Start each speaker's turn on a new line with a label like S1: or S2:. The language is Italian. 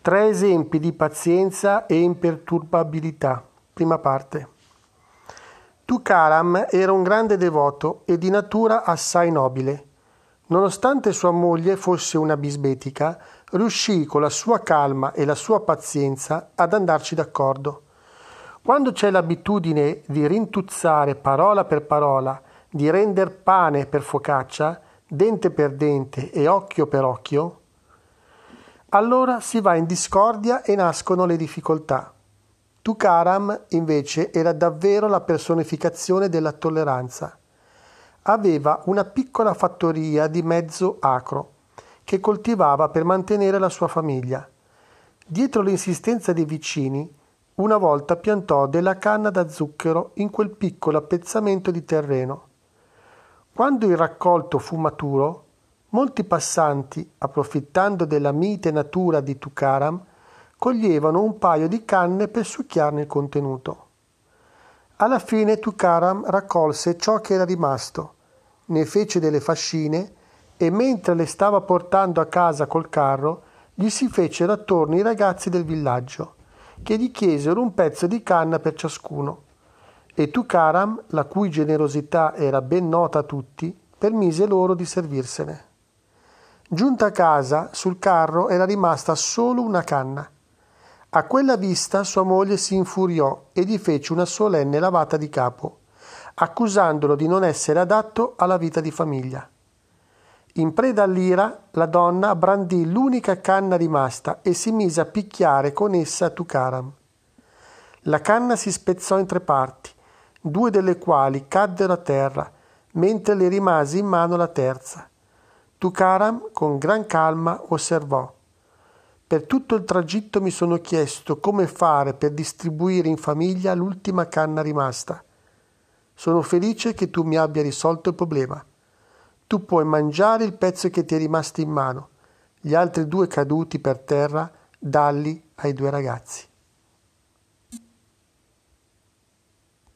S1: Tre esempi di pazienza e imperturbabilità. Prima parte. Tukaram era un grande devoto e di natura assai nobile. Nonostante sua moglie fosse una bisbetica, riuscì con la sua calma e la sua pazienza ad andarci d'accordo. Quando c'è l'abitudine di rintuzzare parola per parola, di render pane per focaccia, dente per dente e occhio per occhio, allora si va in discordia e nascono le difficoltà. Tukaram invece era davvero la personificazione della tolleranza. Aveva una piccola fattoria di mezzo acro che coltivava per mantenere la sua famiglia. Dietro l'insistenza dei vicini, una volta piantò della canna da zucchero in quel piccolo appezzamento di terreno. Quando il raccolto fu maturo, molti passanti, approfittando della mite natura di Tukaram, coglievano un paio di canne per succhiarne il contenuto. Alla fine Tukaram raccolse ciò che era rimasto, ne fece delle fascine e mentre le stava portando a casa col carro, gli si fecero attorno i ragazzi del villaggio, che gli chiesero un pezzo di canna per ciascuno. E Tukaram, la cui generosità era ben nota a tutti, permise loro di servirsene. Giunta a casa, sul carro era rimasta solo una canna. A quella vista sua moglie si infuriò e gli fece una solenne lavata di capo, accusandolo di non essere adatto alla vita di famiglia. In preda all'ira, la donna brandì l'unica canna rimasta e si mise a picchiare con essa Tukaram. La canna si spezzò in 3 parti, 2 delle quali caddero a terra, mentre le rimase in mano la terza. Tukaram, con gran calma, osservò: «Per tutto il tragitto mi sono chiesto come fare per distribuire in famiglia l'ultima canna rimasta. Sono felice che tu mi abbia risolto il problema. Tu puoi mangiare il pezzo che ti è rimasto in mano. Gli altri 2 caduti per terra, dalli ai 2 ragazzi».